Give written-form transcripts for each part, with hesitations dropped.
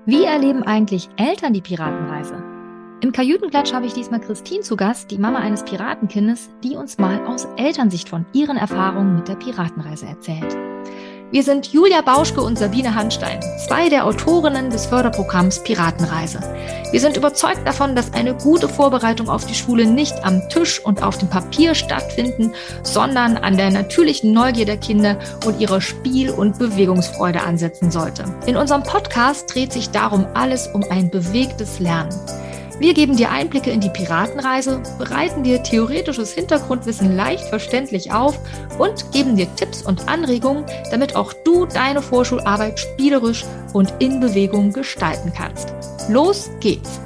Wie erleben eigentlich Eltern die Piratenreise? Im Kajütenklatsch habe ich diesmal Christine zu Gast, die Mama eines Piratenkindes, die uns mal aus Elternsicht von ihren Erfahrungen mit der Piratenreise erzählt. Wir sind Julia Bauschke und Sabine Hanstein, zwei der Autorinnen des Förderprogramms Piratenreise. Wir sind überzeugt davon, dass eine gute Vorbereitung auf die Schule nicht am Tisch und auf dem Papier stattfinden, sondern an der natürlichen Neugier der Kinder und ihrer Spiel- und Bewegungsfreude ansetzen sollte. In unserem Podcast dreht sich darum alles um ein bewegtes Lernen. Wir geben dir Einblicke in die Piratenreise, bereiten dir theoretisches Hintergrundwissen leicht verständlich auf und geben dir Tipps und Anregungen, damit auch du deine Vorschularbeit spielerisch und in Bewegung gestalten kannst. Los geht's!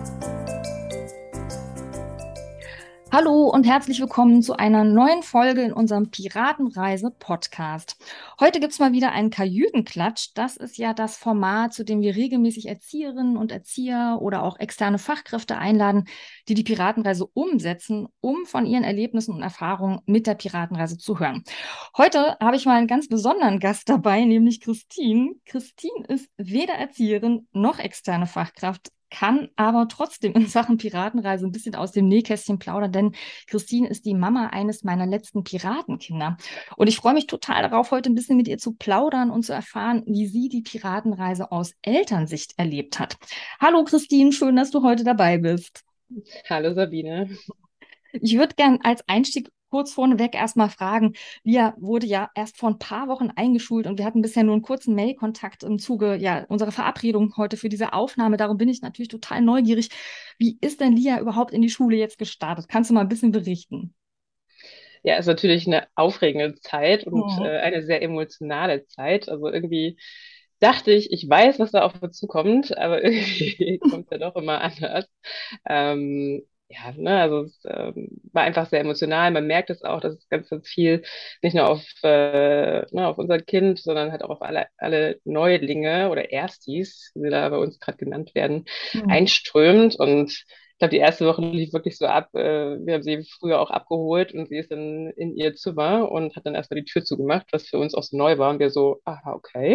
Hallo und herzlich willkommen zu einer neuen Folge in unserem Piratenreise-Podcast. Heute gibt's mal wieder einen Kajütenklatsch. Das ist ja das Format, zu dem wir regelmäßig Erzieherinnen und Erzieher oder auch externe Fachkräfte einladen, die die Piratenreise umsetzen, um von ihren Erlebnissen und Erfahrungen mit der Piratenreise zu hören. Heute habe ich mal einen ganz besonderen Gast dabei, nämlich Christine. Christine ist weder Erzieherin noch externe Fachkraft, kann aber trotzdem in Sachen Piratenreise ein bisschen aus dem Nähkästchen plaudern, denn Christine ist die Mama eines meiner letzten Piratenkinder. Und ich freue mich total darauf, heute ein bisschen mit ihr zu plaudern und zu erfahren, wie sie die Piratenreise aus Elternsicht erlebt hat. Hallo Christine, schön, dass du heute dabei bist. Hallo Sabine. Ich würde gern als Einstieg kurz vorneweg erstmal fragen, Lia wurde ja erst vor ein paar Wochen eingeschult und wir hatten bisher nur einen kurzen Mailkontakt im Zuge ja, unserer Verabredung heute für diese Aufnahme. Darum bin ich natürlich total neugierig. Wie ist denn Lia überhaupt in die Schule jetzt gestartet? Kannst du mal ein bisschen berichten? Ja, ist natürlich eine aufregende Zeit und Mhm. eine sehr emotionale Zeit. Also irgendwie dachte ich, ich weiß, was da auf uns zukommt, aber irgendwie kommt es ja doch immer anders. Ja, ne, also es war einfach sehr emotional. Man merkt es auch, dass es ganz, ganz viel nicht nur auf, ne, auf unser Kind, sondern halt auch auf alle Neulinge oder Erstis, wie sie da bei uns gerade genannt werden, Mhm. einströmt. Und ich glaube, die erste Woche lief wirklich so ab. Wir haben sie früher auch abgeholt und sie ist dann in ihr Zimmer und hat dann erstmal die Tür zugemacht, was für uns auch so neu war. Und wir so, aha, okay.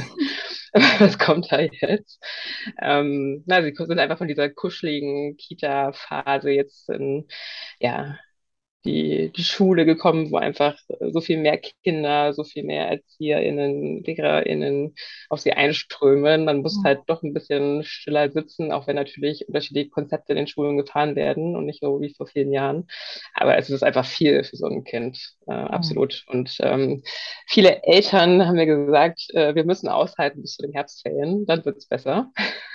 Was kommt da jetzt? Na, sie sind einfach von dieser kuscheligen Kita-Phase jetzt in, ja, die Schule gekommen, wo einfach so viel mehr Kinder, so viel mehr ErzieherInnen, LehrerInnen auf sie einströmen. Man muss halt doch ein bisschen stiller sitzen, auch wenn natürlich unterschiedliche Konzepte in den Schulen gefahren werden und nicht so wie vor vielen Jahren. Aber es ist einfach viel für so ein Kind, Mhm. absolut. Und viele Eltern haben mir gesagt, wir müssen aushalten bis zu den Herbstferien, dann wird es besser.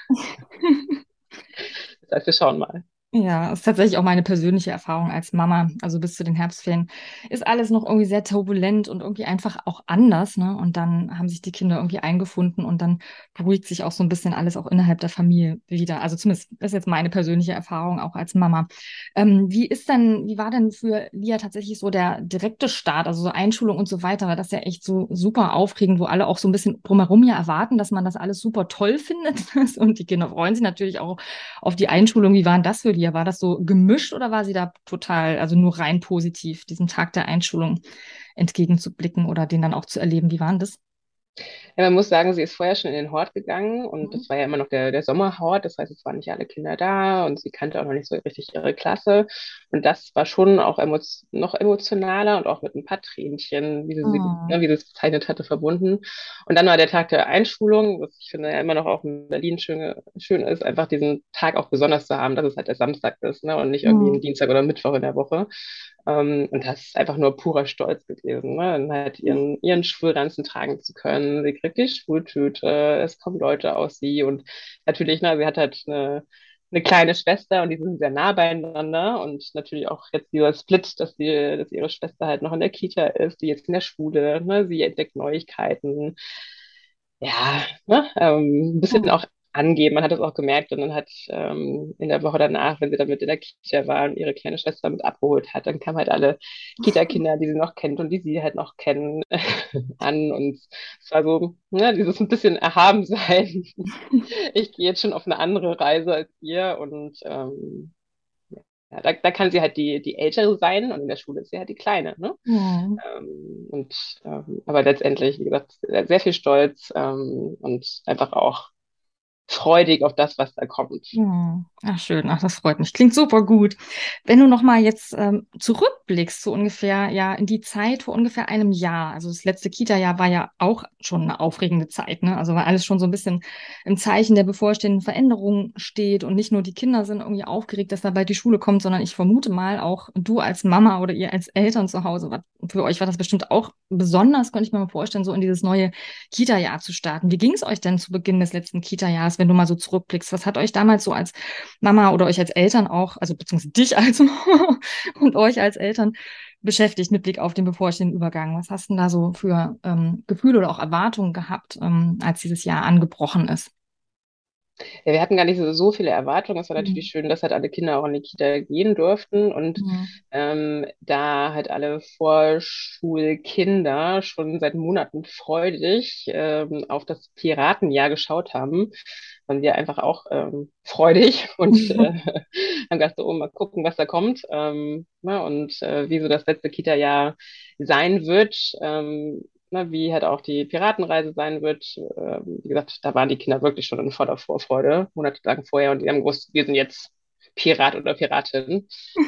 Das heißt, wir schauen mal. Ja, ist tatsächlich auch meine persönliche Erfahrung als Mama. Also bis zu den Herbstferien ist alles noch irgendwie sehr turbulent und irgendwie einfach auch anders, ne? Und dann haben sich die Kinder irgendwie eingefunden und dann beruhigt sich auch so ein bisschen alles auch innerhalb der Familie wieder. Also zumindest ist jetzt meine persönliche Erfahrung auch als Mama. Wie war denn für Lia tatsächlich so der direkte Start, also so Einschulung und so weiter? War das ja echt so super aufregend, wo alle auch so ein bisschen drumherum ja erwarten, dass man das alles super toll findet. Und die Kinder freuen sich natürlich auch auf die Einschulung. Wie war denn das für die? War das so gemischt oder war sie da total, also nur rein positiv, diesem Tag der Einschulung entgegenzublicken oder den dann auch zu erleben? Wie war denn das? Ja, man muss sagen, sie ist vorher schon in den Hort gegangen und Mhm. das war ja immer noch der Sommerhort. Das heißt, es waren nicht alle Kinder da und sie kannte auch noch nicht so richtig ihre Klasse. Und das war schon auch noch emotionaler und auch mit ein paar Tränchen, Mhm. wie sie es bezeichnet hatte, verbunden. Und dann war der Tag der Einschulung, was ich finde ja immer noch auch in Berlin schön ist, einfach diesen Tag auch besonders zu haben, dass es halt der Samstag ist, ne, und nicht irgendwie ein Mhm. Dienstag oder Mittwoch in der Woche. Und das ist einfach nur purer Stolz gewesen, ne? Dann halt ihren Schulranzen tragen zu können. Sie kriegt die Schultüte, es kommen Leute aus sie und natürlich, ne, sie hat halt eine kleine Schwester und die sind sehr nah beieinander und natürlich auch jetzt dieser Split, dass ihre Schwester halt noch in der Kita ist, die jetzt in der Schule, ne, sie entdeckt Neuigkeiten, ja, ne, ein bisschen Mhm. auch angeben. Man hat das auch gemerkt und dann hat in der Woche danach, wenn sie dann mit in der Kita war und ihre kleine Schwester mit abgeholt hat, dann kamen halt alle Kita-Kinder, die sie noch kennt und die sie halt noch kennen, an und es war so, ne, dieses ein bisschen erhaben sein. Ich gehe jetzt schon auf eine andere Reise als ihr und ja, da kann sie halt die Ältere sein und in der Schule ist sie halt die Kleine, ne? Mhm. Und aber letztendlich, wie gesagt, sehr viel Stolz und einfach auch freudig auf das, was da kommt. Ach, schön. Ach, das freut mich. Klingt super gut. Wenn du noch mal jetzt zurückblickst, so ungefähr, ja, in die Zeit vor ungefähr einem Jahr. Also das letzte Kita-Jahr war ja auch schon eine aufregende Zeit, ne? Also weil alles schon so ein bisschen im Zeichen der bevorstehenden Veränderung steht und nicht nur die Kinder sind irgendwie aufgeregt, dass da bald die Schule kommt, sondern ich vermute mal auch du als Mama oder ihr als Eltern zu Hause, für euch war das bestimmt auch besonders, könnte ich mir mal vorstellen, so in dieses neue Kita-Jahr zu starten. Wie ging es euch denn zu Beginn des letzten Kita-Jahres, wenn du mal so zurückblickst? Was hat euch damals so als Mama oder euch als Eltern auch, also beziehungsweise dich als Mama und euch als Eltern beschäftigt mit Blick auf den bevorstehenden Übergang? Was hast du denn da so für Gefühle oder auch Erwartungen gehabt, als dieses Jahr angebrochen ist? Ja, wir hatten gar nicht so viele Erwartungen. Es war natürlich Mhm. schön, dass halt alle Kinder auch in die Kita gehen durften und Mhm. da halt alle Vorschulkinder schon seit Monaten freudig auf das Piratenjahr geschaut haben, waren wir einfach auch freudig und haben gedacht, so, oh, mal gucken, was da kommt, und wie so das letzte Kita-Jahr sein wird. Wie halt auch die Piratenreise sein wird. Wie gesagt, da waren die Kinder wirklich schon in voller Vorfreude, monatelang vorher, und die haben gewusst, wir sind jetzt Pirat oder Piratin.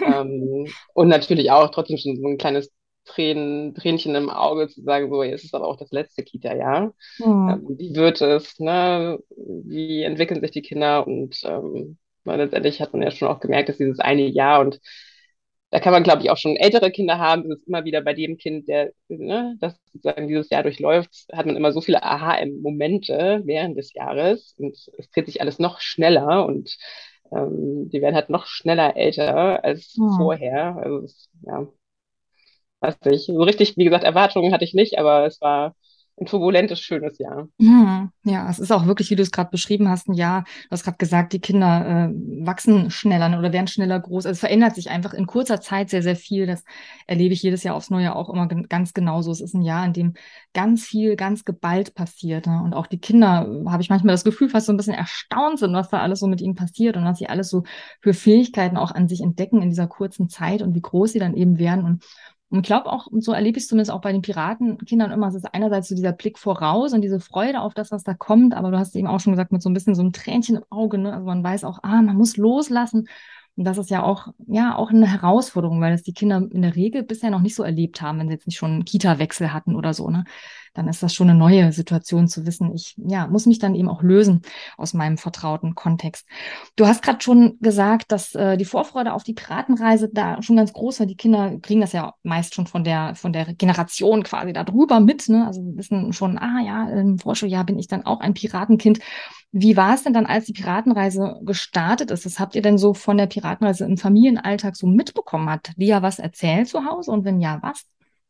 Und natürlich auch trotzdem schon so ein kleines Tränchen im Auge zu sagen, so, jetzt ist aber auch das letzte Kita-Jahr. Mhm. Wie wird es, ne? Wie entwickeln sich die Kinder? Und weil letztendlich hat man ja schon auch gemerkt, dass dieses eine Jahr, und da kann man, glaube ich, auch schon ältere Kinder haben. Das ist immer wieder bei dem Kind, der, ne, das sozusagen dieses Jahr durchläuft, hat man immer so viele Aha-Momente während des Jahres, und es dreht sich alles noch schneller, und die werden halt noch schneller älter als Mhm. vorher. Also ja, weiß nicht. So richtig, wie gesagt, Erwartungen hatte ich nicht, aber es war ein turbulentes, schönes Jahr. Mhm. Ja, es ist auch wirklich, wie du es gerade beschrieben hast, ein Jahr. Du hast gerade gesagt, die Kinder wachsen schneller, ne, oder werden schneller groß. Also es verändert sich einfach in kurzer Zeit sehr, sehr viel. Das erlebe ich jedes Jahr aufs Neue auch immer ganz genauso. Es ist ein Jahr, in dem ganz viel, ganz geballt passiert. Ne? Und auch die Kinder, habe ich manchmal das Gefühl, fast so ein bisschen erstaunt sind, was da alles so mit ihnen passiert und was sie alles so für Fähigkeiten auch an sich entdecken in dieser kurzen Zeit und wie groß sie dann eben werden. Und ich glaube auch, und so erlebe ich es zumindest auch bei den Piratenkindern immer, es ist einerseits so dieser Blick voraus und diese Freude auf das, was da kommt, aber du hast eben auch schon gesagt, mit so ein bisschen so einem Tränchen im Auge, ne? Also man weiß auch, man muss loslassen. Und das ist ja auch eine Herausforderung, weil das die Kinder in der Regel bisher noch nicht so erlebt haben, wenn sie jetzt nicht schon einen Kita-Wechsel hatten oder so, ne? Dann ist das schon eine neue Situation zu wissen. Ich, ja, muss mich dann eben auch lösen aus meinem vertrauten Kontext. Du hast gerade schon gesagt, dass die Vorfreude auf die Piratenreise da schon ganz groß war. Die Kinder kriegen das ja meist schon von der Generation quasi da drüber mit, ne? Also wir wissen schon, ja, im Vorschuljahr bin ich dann auch ein Piratenkind. Wie war es denn dann, als die Piratenreise gestartet ist? Was habt ihr denn so von der Piratenreise im Familienalltag so mitbekommen? Hat Lia was erzählt zu Hause? Und wenn ja, was?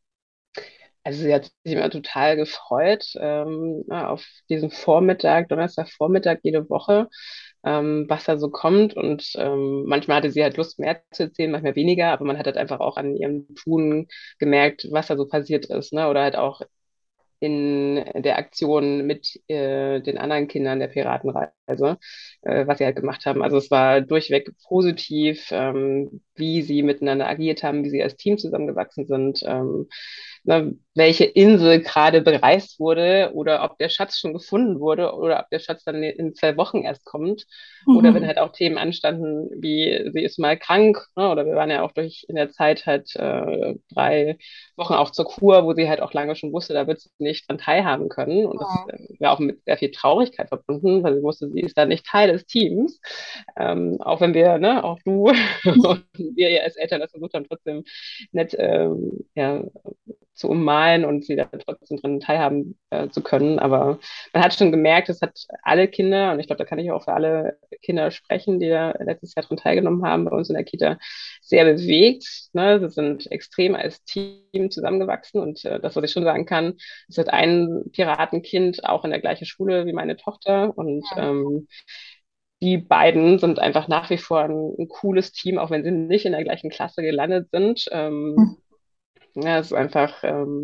Also sie hat sich immer total gefreut auf diesen Vormittag, Donnerstagvormittag jede Woche, was da so kommt. Und manchmal hatte sie halt Lust, mehr zu erzählen, manchmal weniger, aber man hat halt einfach auch an ihrem Tun gemerkt, was da so passiert ist, ne? Oder halt auch in der Aktion mit den anderen Kindern der Piratenreise, was sie halt gemacht haben. Also es war durchweg positiv, wie sie miteinander agiert haben, wie sie als Team zusammengewachsen sind, welche Insel gerade bereist wurde oder ob der Schatz schon gefunden wurde oder ob der Schatz dann in 2 Wochen erst kommt. Oder wenn halt auch Themen anstanden, wie sie ist mal krank, ne? Oder wir waren ja auch durch in der Zeit halt 3 Wochen auch zur Kur, wo sie halt auch lange schon wusste, da wird sie nicht dran teilhaben können. Und das war auch mit sehr viel Traurigkeit verbunden, weil sie wusste, sie ist da nicht Teil des Teams. Auch wenn wir, ne, auch du und wir ja als Eltern das versucht haben, trotzdem nett ja, zu ummalen und sie da trotzdem dran teilhaben zu können. Aber man hat schon gemerkt, es hat alle Kinder, und ich glaube, da kann ich auch für alle Kinder sprechen, die da letztes Jahr dran teilgenommen haben, bei uns in der Kita, sehr bewegt. Ne? Sie sind extrem als Team zusammengewachsen, und das, was ich schon sagen kann, es hat ein Piratenkind auch in der gleichen Schule wie meine Tochter, und die beiden sind einfach nach wie vor ein cooles Team, auch wenn sie nicht in der gleichen Klasse gelandet sind. Ja, es ist einfach,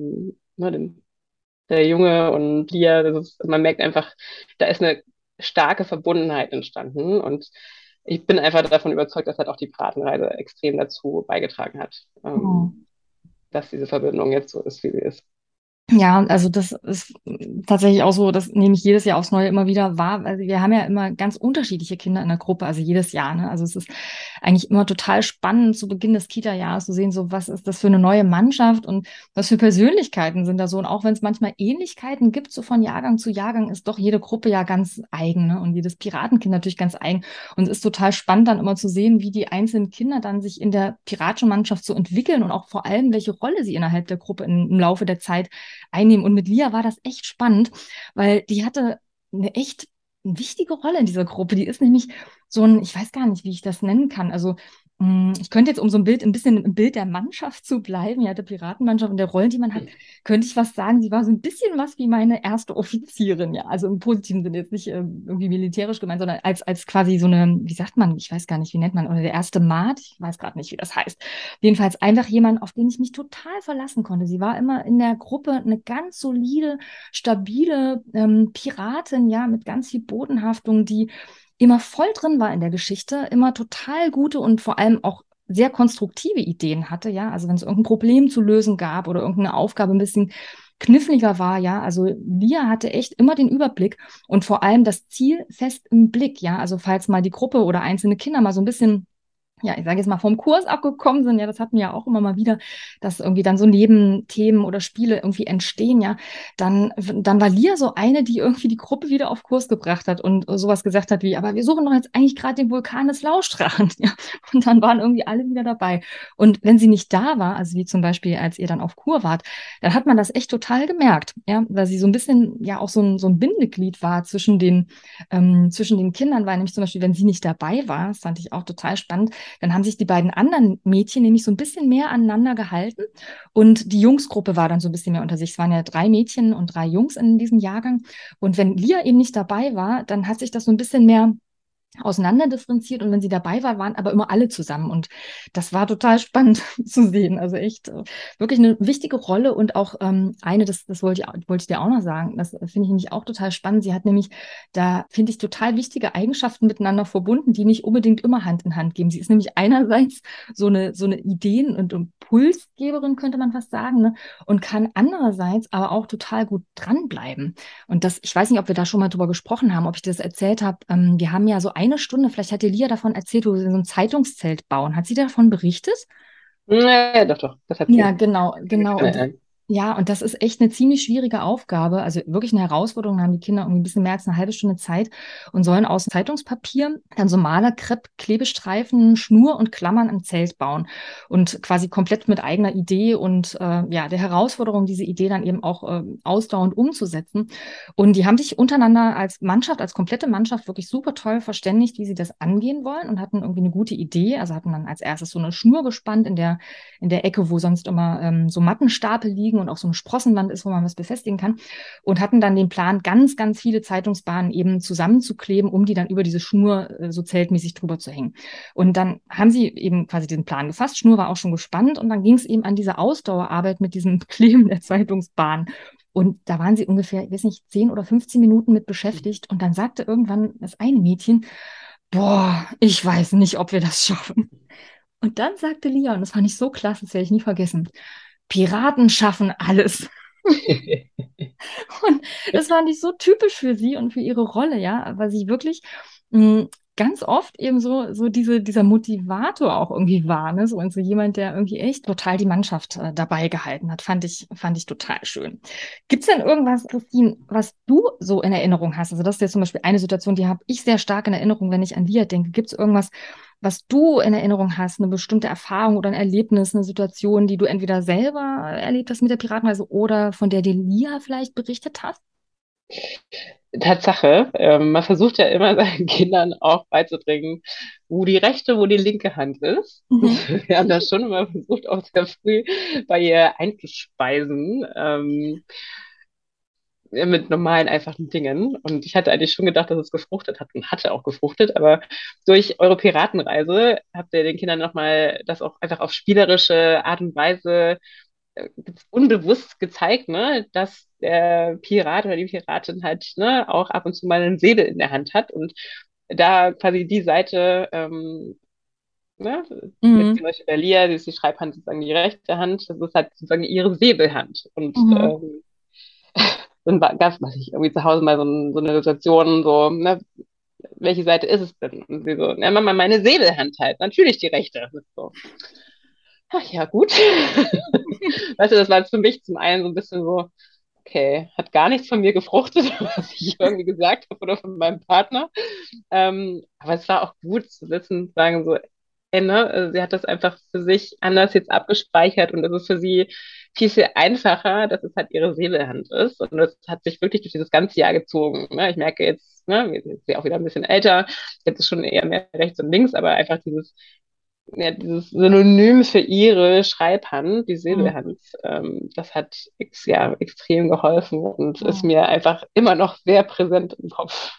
der Junge und Lia, man merkt einfach, da ist eine starke Verbundenheit entstanden, und ich bin einfach davon überzeugt, dass halt auch die Piratenreise extrem dazu beigetragen hat, dass diese Verbindung jetzt so ist, wie sie ist. Ja, also das ist tatsächlich auch so, das nehme ich jedes Jahr aufs Neue immer wieder wahr. Also wir haben ja immer ganz unterschiedliche Kinder in der Gruppe, also jedes Jahr, ne? Also es ist eigentlich immer total spannend zu Beginn des Kita-Jahres zu sehen, so was ist das für eine neue Mannschaft und was für Persönlichkeiten sind da so. Und auch wenn es manchmal Ähnlichkeiten gibt, so von Jahrgang zu Jahrgang, ist doch jede Gruppe ja ganz eigen, ne? Und jedes Piratenkind natürlich ganz eigen. Und es ist total spannend dann immer zu sehen, wie die einzelnen Kinder dann sich in der piratischen Mannschaft so entwickeln und auch vor allem, welche Rolle sie innerhalb der Gruppe im Laufe der Zeit einnehmen. Und mit Lia war das echt spannend, weil die hatte eine echt wichtige Rolle in dieser Gruppe. Die ist nämlich so ein, ich weiß gar nicht, wie ich das nennen kann. Also ich könnte jetzt, um so ein bisschen im Bild der Mannschaft zu bleiben, ja, der Piratenmannschaft und der Rollen, die man hat, könnte ich was sagen. Sie war so ein bisschen was wie meine erste Offizierin, ja. Also im positiven Sinne, jetzt nicht irgendwie militärisch gemeint, sondern als quasi so eine, wie sagt man, ich weiß gar nicht, wie nennt man, oder der erste Maat, ich weiß gerade nicht, wie das heißt. Jedenfalls einfach jemand, auf den ich mich total verlassen konnte. Sie war immer in der Gruppe eine ganz solide, stabile Piratin, ja, mit ganz viel Bodenhaftung, die immer voll drin war in der Geschichte, immer total gute und vor allem auch sehr konstruktive Ideen hatte, ja. Also wenn es irgendein Problem zu lösen gab oder irgendeine Aufgabe ein bisschen kniffliger war, ja. Also Lia hatte echt immer den Überblick und vor allem das Ziel fest im Blick, ja. Also falls mal die Gruppe oder einzelne Kinder mal so ein bisschen ja, ich sage jetzt mal, vom Kurs abgekommen sind, ja, das hatten wir ja auch immer mal wieder, dass irgendwie dann so Nebenthemen oder Spiele irgendwie entstehen, ja, dann war Lia so eine, die irgendwie die Gruppe wieder auf Kurs gebracht hat und sowas gesagt hat wie, aber wir suchen doch jetzt eigentlich gerade den Vulkan des Lauschdrachen, ja, und dann waren irgendwie alle wieder dabei. Und wenn sie nicht da war, also wie zum Beispiel, als ihr dann auf Kur wart, dann hat man das echt total gemerkt, ja, weil sie so ein bisschen, ja, auch so ein Bindeglied war zwischen den Kindern, weil nämlich zum Beispiel, wenn sie nicht dabei war, das fand ich auch total spannend, dann haben sich die beiden anderen Mädchen nämlich so ein bisschen mehr aneinander gehalten und die Jungsgruppe war dann so ein bisschen mehr unter sich. Es waren ja 3 Mädchen und 3 Jungs in diesem Jahrgang. Und wenn Lia eben nicht dabei war, dann hat sich das so ein bisschen mehr auseinanderdifferenziert und wenn sie dabei war, waren aber immer alle zusammen und das war total spannend zu sehen. Also echt wirklich eine wichtige Rolle und auch eine, das wollte ich dir auch noch sagen, das finde ich nämlich auch total spannend. Sie hat nämlich da, finde ich, total wichtige Eigenschaften miteinander verbunden, die nicht unbedingt immer Hand in Hand geben. Sie ist nämlich einerseits so eine Ideen- und Impulsgeberin, könnte man fast sagen, ne? Und kann andererseits aber auch total gut dranbleiben. Und das, ich weiß nicht, ob wir da schon mal drüber gesprochen haben, ob ich dir das erzählt habe. Wir haben ja so eine Stunde, vielleicht hat dir Lia davon erzählt, wo wir so ein Zeitungszelt bauen. Hat sie davon berichtet? Ja, doch, doch, das hat Ja, sie. genau, Kann mich genau. dran Und erinnern. ja, und das ist echt eine ziemlich schwierige Aufgabe. Also wirklich eine Herausforderung. Da haben die Kinder irgendwie ein bisschen mehr als eine halbe Stunde Zeit und sollen aus Zeitungspapier dann so Malerkrepp, Klebestreifen, Schnur und Klammern ein Zelt bauen. Und quasi komplett mit eigener Idee und ja, der Herausforderung, diese Idee dann eben auch ausdauernd umzusetzen. Und die haben sich untereinander als Mannschaft, als komplette Mannschaft wirklich super toll verständigt, wie sie das angehen wollen und hatten irgendwie eine gute Idee. Also hatten dann als erstes so eine Schnur gespannt in der Ecke, wo sonst immer so Mattenstapel liegen und auch so eine Sprossenwand ist, wo man was befestigen kann. Und hatten dann den Plan, ganz, ganz viele Zeitungsbahnen eben zusammenzukleben, um die dann über diese Schnur so zeltmäßig drüber zu hängen. Und dann haben sie eben quasi diesen Plan gefasst. Schnur war auch schon gespannt und dann ging es eben an diese Ausdauerarbeit mit diesem Kleben der Zeitungsbahn. Und da waren sie ungefähr, ich weiß nicht, 10 oder 15 Minuten mit beschäftigt. Und dann sagte irgendwann das eine Mädchen, boah, ich weiß nicht, ob wir das schaffen. Und dann sagte Lia, und das fand ich so klasse, das werde ich nie vergessen, Piraten schaffen alles. Und das fand ich so typisch für sie und für ihre Rolle, ja, weil sie wirklich ganz oft eben so dieser Motivator auch irgendwie war, ne? So, und so jemand, der irgendwie echt total die Mannschaft dabei gehalten hat, fand ich total schön. Gibt es denn irgendwas, Christine, was du so in Erinnerung hast? Also das ist jetzt zum Beispiel eine Situation, die habe ich sehr stark in Erinnerung, wenn ich an Lia denke. Gibt es irgendwas, was du in Erinnerung hast, eine bestimmte Erfahrung oder ein Erlebnis, eine Situation, die du entweder selber erlebt hast mit der Piratenreise oder von der dir Lia vielleicht berichtet hast? Tatsache, man versucht ja immer seinen Kindern auch beizubringen, wo die rechte, wo die linke Hand ist. Mhm. Wir haben das schon immer versucht, auch sehr früh bei ihr einzuspeisen. Mit normalen, einfachen Dingen. Und ich hatte eigentlich schon gedacht, dass es gefruchtet hat und hatte auch gefruchtet. Aber durch eure Piratenreise habt ihr den Kindern nochmal das auch einfach auf spielerische Art und Weise unbewusst gezeigt, ne, dass der Pirat oder die Piratin halt ne, auch ab und zu mal einen Säbel in der Hand hat und da quasi die Seite, ne, jetzt Mhm. zum Beispiel bei Lia, das ist die Schreibhand sozusagen die rechte Hand, das ist halt sozusagen ihre Säbelhand. Und Mhm. dann gab es, was ich, irgendwie zu Hause mal so eine Situation, so, ne, welche Seite ist es denn? Und sie so, ja, Mama, meine Säbelhand halt, natürlich die rechte. So, ach ja, gut. Weißt du, das war jetzt für mich zum einen so ein bisschen so, okay, hat gar nichts von mir gefruchtet, was ich irgendwie gesagt habe oder von meinem Partner. Aber es war auch gut zu wissen, sagen so, ey, ne, also sie hat das einfach für sich anders jetzt abgespeichert und es ist für sie viel, viel einfacher, dass es halt ihre Säbelhand ist. Und das hat sich wirklich durch dieses ganze Jahr gezogen. Ne? Ich merke jetzt, ne, wir sind ja auch wieder ein bisschen älter, jetzt ist schon eher mehr rechts und links, aber einfach dieses Synonym für ihre Schreibhand, die Mhm. Säbelhand, das hat ja, extrem geholfen und ist mir einfach immer noch sehr präsent im Kopf.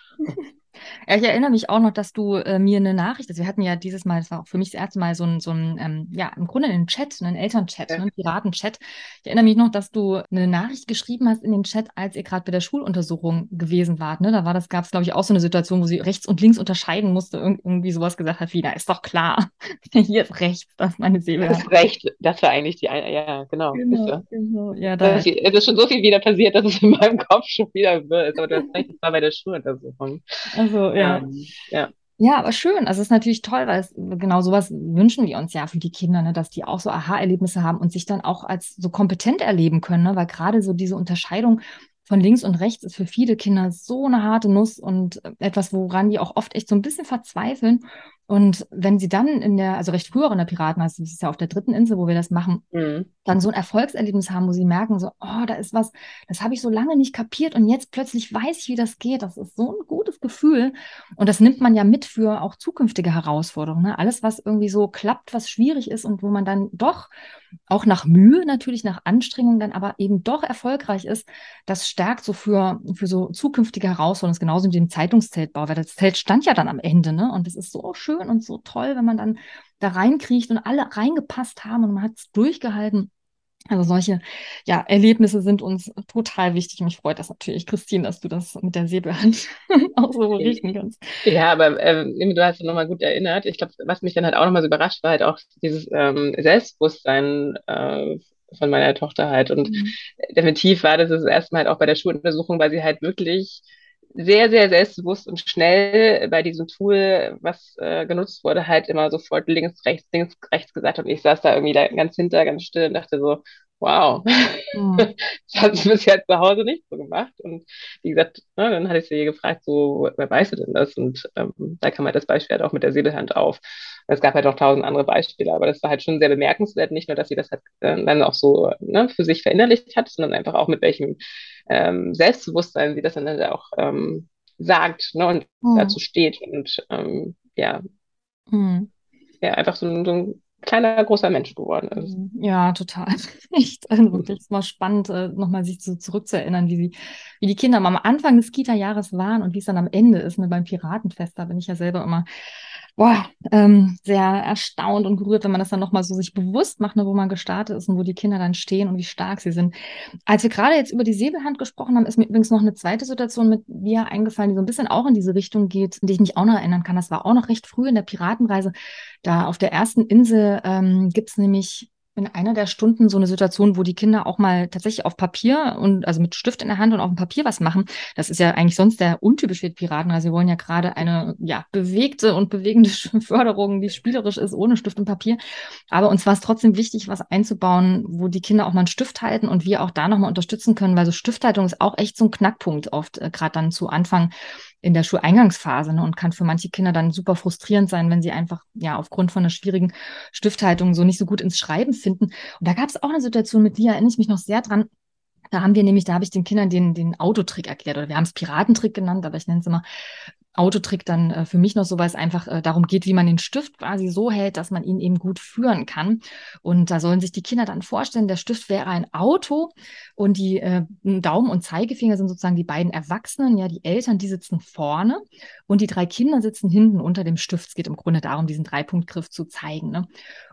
Ja, ich erinnere mich auch noch, dass du mir eine Nachricht, also wir hatten ja dieses Mal, das war auch für mich das erste Mal ja, im Grunde einen Chat, einen Elternchat, Ja. einen Piratenchat. Ich erinnere mich noch, dass du eine Nachricht geschrieben hast in den Chat, als ihr gerade bei der Schuluntersuchung gewesen wart. Ne? Da gab es, glaube ich, auch so eine Situation, wo sie rechts und links unterscheiden musste, irgendwie sowas gesagt hat wie, na, ist doch klar, hier ist rechts, das ist meine Das Säbelhand. ist recht, das war eigentlich ja, genau, siehst Genau, du. genau. Ja, Es ist schon so viel wieder passiert, dass es in meinem Kopf schon wieder wird. Aber du hast recht, das war bei der Schuluntersuchung. also ja. Ja. Ja, aber schön. Also es ist natürlich toll, weil genau sowas wünschen wir uns ja für die Kinder, ne, dass die auch so Aha-Erlebnisse haben und sich dann auch als so kompetent erleben können, ne? Weil gerade so diese Unterscheidung von links und rechts ist für viele Kinder so eine harte Nuss und etwas, woran die auch oft echt so ein bisschen verzweifeln. Und wenn sie dann also recht früher in der Piraten, also das ist ja auf der dritten Insel, wo wir das machen, Mhm. dann so ein Erfolgserlebnis haben, wo sie merken, so, oh, da ist was, das habe ich so lange nicht kapiert und jetzt plötzlich weiß ich, wie das geht. Das ist so ein gutes Gefühl. Und das nimmt man ja mit für auch zukünftige Herausforderungen. Ne? Alles, was irgendwie so klappt, was schwierig ist und wo man dann doch auch nach Mühe, natürlich nach Anstrengung, dann aber eben doch erfolgreich ist, das stärkt so für so zukünftige Herausforderungen. Das ist genauso mit dem Zeitungszeltbau, weil das Zelt stand ja dann am Ende, ne? Und es ist so schön und so toll, wenn man dann da reinkriecht und alle reingepasst haben und man hat es durchgehalten. Also solche, ja, Erlebnisse sind uns total wichtig. Mich freut das natürlich, Christine, dass du das mit der Säbelhand auch so berichten kannst. Ja, aber du hast nochmal gut erinnert. Ich glaube, was mich dann halt auch nochmal so überrascht war, halt auch dieses Selbstbewusstsein von meiner Tochter halt. Und Mhm. definitiv war das erste Mal halt auch bei der Schuluntersuchung, weil sie halt wirklich sehr, sehr selbstbewusst und schnell bei diesem Tool, was genutzt wurde, halt immer sofort links, rechts gesagt hat. Und ich saß da irgendwie da ganz hinter, ganz still und dachte so, wow, Mhm. das hat sie bisher zu Hause nicht so gemacht. Und wie gesagt, ne, dann hatte ich sie gefragt, so, wer weiß denn das? Und da kam halt das Beispiel halt auch mit der Säbelhand auf. Es gab halt noch tausend andere Beispiele, aber das war halt schon sehr bemerkenswert, nicht nur, dass sie das halt dann auch so ne, für sich verinnerlicht hat, sondern einfach auch mit welchem Selbstbewusstsein sie das dann halt auch sagt ne, und Mhm. dazu steht. Und ja, Mhm. ja, einfach so ein kleiner, großer Mensch geworden ist. Ja, total. Echt, also wirklich, ist mal spannend, nochmal sich so zurückzuerinnern, wie die Kinder am Anfang des Kita-Jahres waren und wie es dann am Ende ist, ne, beim Piratenfest. Da bin ich ja selber immer, boah, sehr erstaunt und gerührt, wenn man das dann nochmal so sich bewusst macht, ne, wo man gestartet ist und wo die Kinder dann stehen und wie stark sie sind. Als wir gerade jetzt über die Säbelhand gesprochen haben, ist mir übrigens noch eine zweite Situation mit dir eingefallen, die so ein bisschen auch in diese Richtung geht, an die ich mich auch noch erinnern kann. Das war auch noch recht früh in der Piratenreise. Da auf der ersten Insel gibt es nämlich in einer der Stunden so eine Situation, wo die Kinder auch mal tatsächlich auf Papier und also mit Stift in der Hand und auf dem Papier was machen. Das ist ja eigentlich sonst der untypisch für Piraten. Also wir wollen ja gerade eine ja bewegte und bewegende Förderung, die spielerisch ist, ohne Stift und Papier. Aber uns war es trotzdem wichtig, was einzubauen, wo die Kinder auch mal einen Stift halten und wir auch da nochmal unterstützen können, weil so Stifthaltung ist auch echt so ein Knackpunkt oft, gerade dann zu Anfang in der Schuleingangsphase, ne, und kann für manche Kinder dann super frustrierend sein, wenn sie einfach ja aufgrund von einer schwierigen Stifthaltung so nicht so gut ins Schreiben finden. Und da gab es auch eine Situation mit dir, erinnere ich mich noch sehr dran. Da habe ich den Kindern den Autotrick erklärt, oder wir haben es Piratentrick genannt, aber ich nenne es immer Autotrick dann für mich noch so, weil es einfach darum geht, wie man den Stift quasi so hält, dass man ihn eben gut führen kann. Und da sollen sich die Kinder dann vorstellen, der Stift wäre ein Auto und die Daumen und Zeigefinger sind sozusagen die beiden Erwachsenen, ja, die Eltern, die sitzen vorne und die drei Kinder sitzen hinten unter dem Stift. Es geht im Grunde darum, diesen Dreipunktgriff zu zeigen. Ne?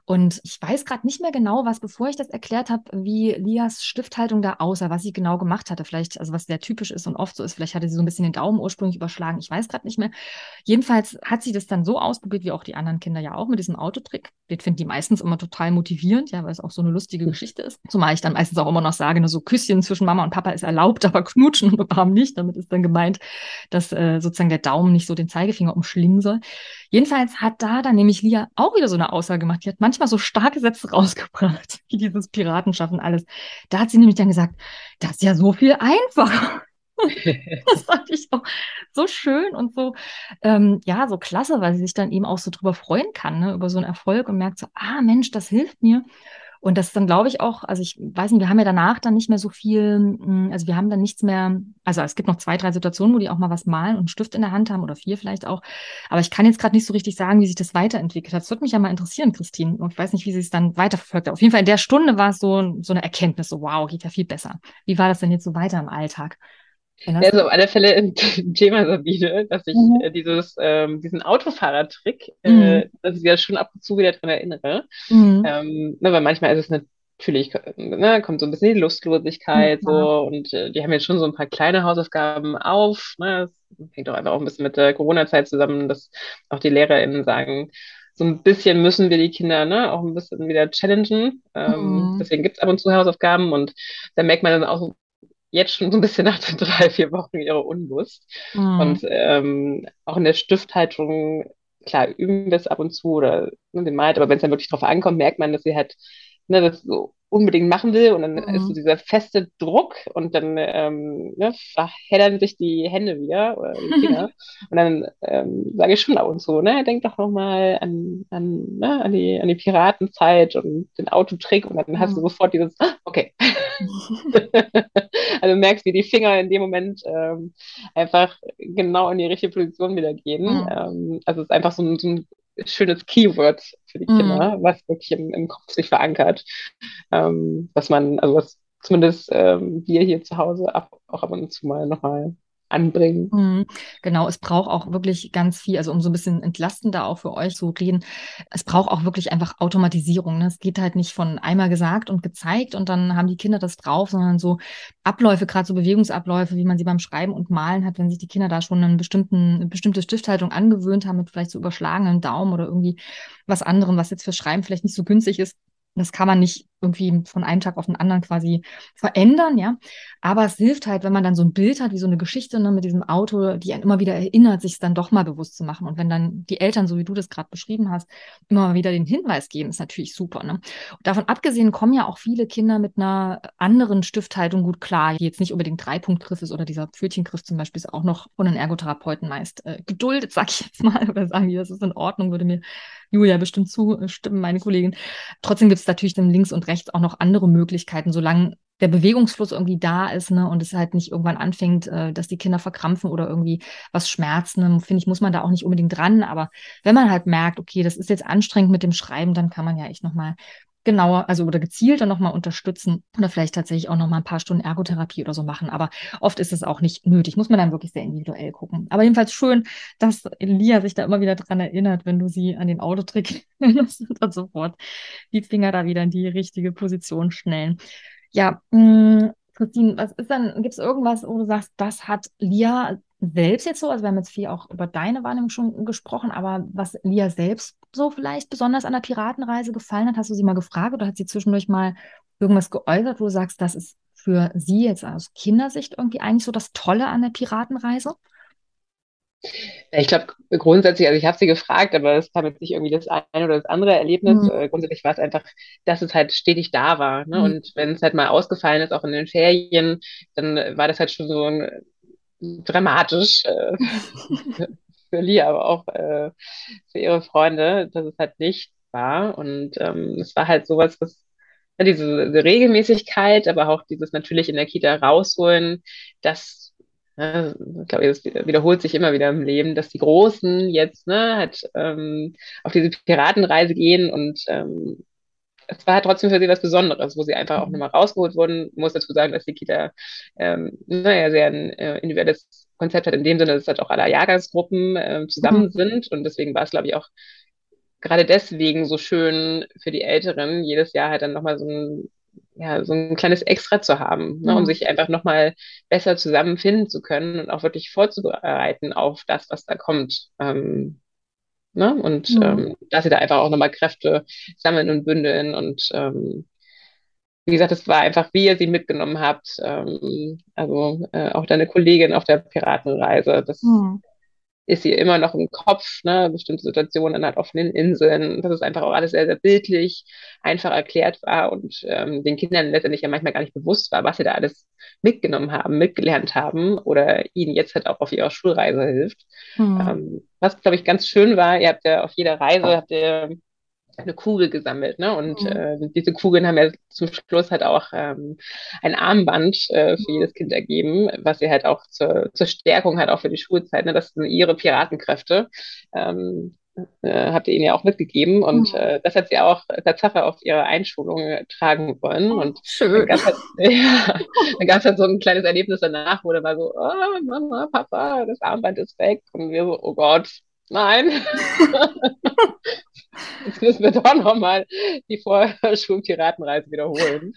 Und ich weiß gerade nicht mehr genau, was, bevor ich das erklärt habe, wie Lias Stifthaltung da aussah, was sie genau gemacht hatte. Vielleicht, also was sehr typisch ist und oft so ist, vielleicht hatte sie so ein bisschen den Daumen ursprünglich überschlagen. Ich weiß gerade nicht mehr. Jedenfalls hat sie das dann so ausprobiert, wie auch die anderen Kinder ja auch, mit diesem Autotrick. Den finden die meistens immer total motivierend, ja, weil es auch so eine lustige Geschichte ist. Zumal ich dann meistens auch immer noch sage, ne, so Küsschen zwischen Mama und Papa ist erlaubt, aber Knutschen und Umarmen nicht. Damit ist dann gemeint, dass sozusagen der Daumen nicht so den Zeigefinger umschlingen soll. Jedenfalls hat da dann nämlich Lia auch wieder so eine Aussage gemacht. Die hat manchmal so starke Sätze rausgebracht, wie dieses Piratenschaffen alles. Da hat sie nämlich dann gesagt, das ist ja so viel einfacher. Das fand ich auch so schön und so, ja, so klasse, weil sie sich dann eben auch so drüber freuen kann, ne, über so einen Erfolg und merkt so, ah, Mensch, das hilft mir. Und das ist dann, glaube ich, auch, also ich weiß nicht, wir haben ja danach dann nicht mehr so viel, also wir haben dann nichts mehr, also es gibt noch 2, 3 Situationen, wo die auch mal was malen und einen Stift in der Hand haben oder 4 vielleicht auch. Aber ich kann jetzt gerade nicht so richtig sagen, wie sich das weiterentwickelt hat. Das würde mich ja mal interessieren, Christine. Und ich weiß nicht, wie sie es dann weiterverfolgt hat. Auf jeden Fall in der Stunde war es so eine Erkenntnis, so wow, geht ja viel besser. Wie war das denn jetzt so weiter im Alltag? Ja, Erinnerst du also dich? auf alle Fälle ein Thema, Sabine, dass ich Mhm. diesen Autofahrertrick, Mhm. dass ich ja schon ab und zu wieder dran erinnere. Mhm. Ne, weil manchmal ist es natürlich, ne, kommt so ein bisschen die Ja, Lustlosigkeit klar. so und die haben jetzt schon so ein paar kleine Hausaufgaben auf. Ne, das hängt auch einfach auch ein bisschen mit der Corona-Zeit zusammen, dass auch die LehrerInnen sagen, so ein bisschen müssen wir die Kinder, ne, auch ein bisschen wieder challengen. Mhm. Deswegen gibt es ab und zu Hausaufgaben und da merkt man dann auch jetzt schon so ein bisschen nach den 3, 4 Wochen ihre Unlust. Mhm. Und auch in der Stifthaltung, klar, üben wir es ab und zu oder ne, den Malt, aber wenn es dann wirklich drauf ankommt, merkt man, dass sie halt ne, das so unbedingt machen will und dann ist so Mhm. dieser feste Druck und dann ne, verheddern sich die Hände wieder oder die Finger und dann sage ich schon ab und zu, ne, denk doch nochmal ne, an die Piratenzeit und den Autotrick und dann hast du Mhm. sofort dieses, ah, okay, also du merkst, wie die Finger in dem Moment einfach genau in die richtige Position wieder gehen. Mhm. Also es ist einfach so ein schönes Keyword für die Mhm. Kinder, was wirklich im Kopf sich verankert. Was man, also was zumindest wir hier zu Hause auch ab und zu mal nochmal anbringen. Mhm. Genau, es braucht auch wirklich ganz viel, also um so ein bisschen entlastender auch für euch zu reden, es braucht auch wirklich einfach Automatisierung. Ne? Es geht halt nicht von einmal gesagt und gezeigt und dann haben die Kinder das drauf, sondern so Abläufe, gerade so Bewegungsabläufe, wie man sie beim Schreiben und Malen hat, wenn sich die Kinder da schon eine bestimmte Stifthaltung angewöhnt haben, mit vielleicht so überschlagenen Daumen oder irgendwie was anderem, was jetzt für Schreiben vielleicht nicht so günstig ist. Das kann man nicht irgendwie von einem Tag auf den anderen quasi verändern, ja. Aber es hilft halt, wenn man dann so ein Bild hat, wie so eine Geschichte, ne, mit diesem Auto, die einen immer wieder erinnert, sich es dann doch mal bewusst zu machen. Und wenn dann die Eltern, so wie du das gerade beschrieben hast, immer mal wieder den Hinweis geben, ist natürlich super, ne? Und davon abgesehen kommen ja auch viele Kinder mit einer anderen Stifthaltung gut klar, die jetzt nicht unbedingt Dreipunktgriff ist oder dieser Pfötchengriff zum Beispiel ist auch noch von den Ergotherapeuten meist geduldet, sag ich jetzt mal, oder sagen die, das ist in Ordnung, würde mir Julia bestimmt zustimmen, meine Kollegin. Trotzdem gibt es natürlich dann links und rechts auch noch andere Möglichkeiten, solange der Bewegungsfluss irgendwie da ist, ne, und es halt nicht irgendwann anfängt, dass die Kinder verkrampfen oder irgendwie was schmerzen, ne, finde ich, muss man da auch nicht unbedingt dran. Aber wenn man halt merkt, okay, das ist jetzt anstrengend mit dem Schreiben, dann kann man ja echt nochmal genauer, also oder gezielter nochmal unterstützen oder vielleicht tatsächlich auch nochmal ein paar Stunden Ergotherapie oder so machen. Aber oft ist es auch nicht nötig, muss man dann wirklich sehr individuell gucken. Aber jedenfalls schön, dass Lia sich da immer wieder dran erinnert, wenn du sie an den Autotrick erinnerst und dann sofort die Finger da wieder in die richtige Position schnellen. Ja, Christine, was ist denn, gibt es irgendwas, wo du sagst, das hat Lia selbst jetzt so, also wir haben jetzt viel auch über deine Wahrnehmung schon gesprochen, aber was Lia selbst so vielleicht besonders an der Piratenreise gefallen hat, hast du sie mal gefragt oder hat sie zwischendurch mal irgendwas geäußert, wo du sagst, das ist für sie jetzt aus Kindersicht irgendwie eigentlich so das Tolle an der Piratenreise? Ja, ich glaube grundsätzlich, also ich habe sie gefragt, aber es kam jetzt nicht irgendwie das eine oder das andere Erlebnis. Mhm. Grundsätzlich war es einfach, dass es halt stetig da war. Ne? Mhm. Und wenn es halt mal ausgefallen ist, auch in den Ferien, dann war das halt schon so dramatisch für Lia, aber auch für ihre Freunde, dass es halt nicht war. Und es war halt sowas, was ja, diese Regelmäßigkeit, aber auch dieses natürlich in der Kita rausholen, das, ich glaube, das wiederholt sich immer wieder im Leben, dass die Großen jetzt halt auf diese Piratenreise gehen und es war halt trotzdem für sie was Besonderes, wo sie einfach auch nochmal rausgeholt wurden. Ich muss dazu sagen, dass die Kita naja, sehr ein individuelles Konzept hat, in dem Sinne, dass halt auch alle Jahrgangsgruppen Mhm. zusammen sind und deswegen war es, glaube ich, auch gerade deswegen so schön für die Älteren, jedes Jahr halt dann nochmal so ein kleines Extra zu haben, ne, um Mhm. sich einfach nochmal besser zusammenfinden zu können und auch wirklich vorzubereiten auf das, was da kommt. Ne? Und Mhm. dass sie da einfach auch nochmal Kräfte sammeln und bündeln. Und wie gesagt, es war einfach, wie ihr sie mitgenommen habt. Also auch deine Kollegin auf der Piratenreise, das Mhm. ist ihr immer noch im Kopf, ne? Bestimmte Situationen an halt offenen Inseln, dass es einfach auch alles sehr, sehr bildlich einfach erklärt war und den Kindern letztendlich ja manchmal gar nicht bewusst war, was sie da alles mitgenommen haben, mitgelernt haben oder ihnen jetzt halt auch auf ihrer Schulreise hilft. Mhm. Was, glaube ich, ganz schön war, ihr habt ja auf jeder Reise habt ihr eine Kugel gesammelt, ne? Und Mhm. diese Kugeln haben ja zum Schluss halt auch ein Armband für jedes Kind ergeben, was sie halt auch zur Stärkung halt auch für die Schulzeit, ne? Das sind ihre Piratenkräfte. Ähm, habt ihr ihnen ja auch mitgegeben und Mhm. das hat sie auch Tatsache auf ihre Einschulung tragen wollen Oh, und dann schön. gab es halt, ja, dann gab's halt so ein kleines Erlebnis danach, wo der war so, oh, Mama, Papa, das Armband ist weg und wir so, oh Gott, nein. Jetzt müssen wir doch nochmal die Vorschulpiratenreise wiederholen.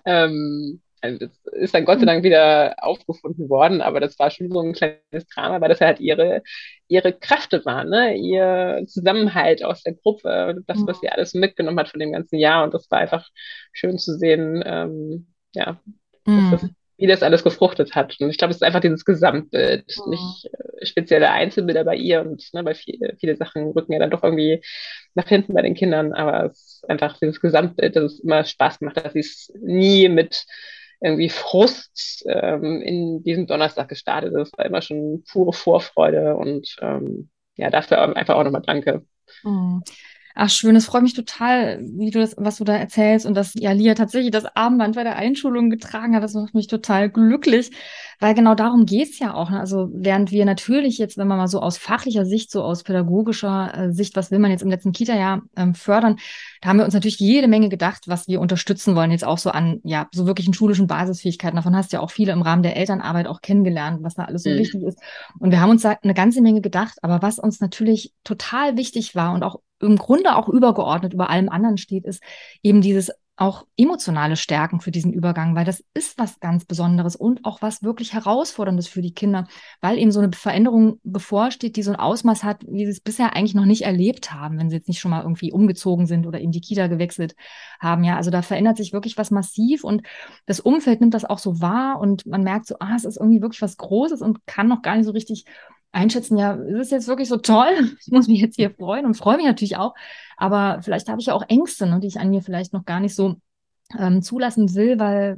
Also das ist dann Gott sei Dank wieder aufgefunden worden, aber das war schon so ein kleines Drama, weil das halt ihre Kräfte waren, ne? Ihr Zusammenhalt aus der Gruppe, das, was sie alles mitgenommen hat von dem ganzen Jahr. Und das war einfach schön zu sehen, ja, dass das, Mhm. wie das alles gefruchtet hat. Und ich glaube, es ist einfach dieses Gesamtbild, Mhm. nicht spezielle Einzelbilder bei ihr und ne, bei viele Sachen rücken ja dann doch irgendwie nach hinten bei den Kindern, aber es ist einfach dieses Gesamtbild, dass es immer Spaß macht, dass sie es nie mit irgendwie Frust in diesem Donnerstag gestartet ist. Es war immer schon pure Vorfreude und ja, dafür einfach auch nochmal danke. Mhm. Ach, schön, es freut mich total, wie du das, was du da erzählst und dass ja Lia tatsächlich das Armband bei der Einschulung getragen hat. Das macht mich total glücklich, weil genau darum geht's ja auch. Ne? Also während wir natürlich jetzt, wenn man mal so aus fachlicher Sicht, so aus pädagogischer Sicht, was will man jetzt im letzten Kita-Jahr fördern, da haben wir uns natürlich jede Menge gedacht, was wir unterstützen wollen, jetzt auch so an, ja, so wirklichen schulischen Basisfähigkeiten. Davon hast du ja auch viele im Rahmen der Elternarbeit auch kennengelernt, was da alles so Mhm. wichtig ist. Und wir haben uns da eine ganze Menge gedacht, aber was uns natürlich total wichtig war und auch im Grunde auch übergeordnet über allem anderen steht, ist eben dieses auch emotionale Stärken für diesen Übergang, weil das ist was ganz Besonderes und auch was wirklich Herausforderndes für die Kinder, weil eben so eine Veränderung bevorsteht, die so ein Ausmaß hat, wie sie es bisher eigentlich noch nicht erlebt haben, wenn sie jetzt nicht schon mal irgendwie umgezogen sind oder in die Kita gewechselt haben. Ja, also da verändert sich wirklich was massiv und das Umfeld nimmt das auch so wahr und man merkt so, es ist irgendwie wirklich was Großes und kann noch gar nicht so richtig einschätzen, ja, ist es jetzt wirklich so toll? Ich muss mich jetzt hier freuen und freue mich natürlich auch. Aber vielleicht habe ich ja auch Ängste, ne, die ich an mir vielleicht noch gar nicht so zulassen will,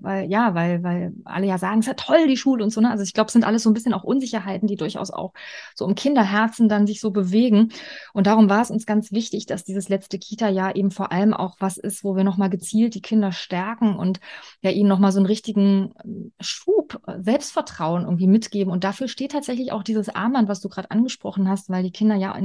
weil alle ja sagen, es ist ja toll, die Schule und so, ne? Also ich glaube, es sind alles so ein bisschen auch Unsicherheiten, die durchaus auch so im Kinderherzen dann sich so bewegen. Und darum war es uns ganz wichtig, dass dieses letzte Kita-Jahr eben vor allem auch was ist, wo wir nochmal gezielt die Kinder stärken und ja ihnen nochmal so einen richtigen Schub, Selbstvertrauen irgendwie mitgeben. Und dafür steht tatsächlich auch dieses Armband, was du gerade angesprochen hast, weil die Kinder ja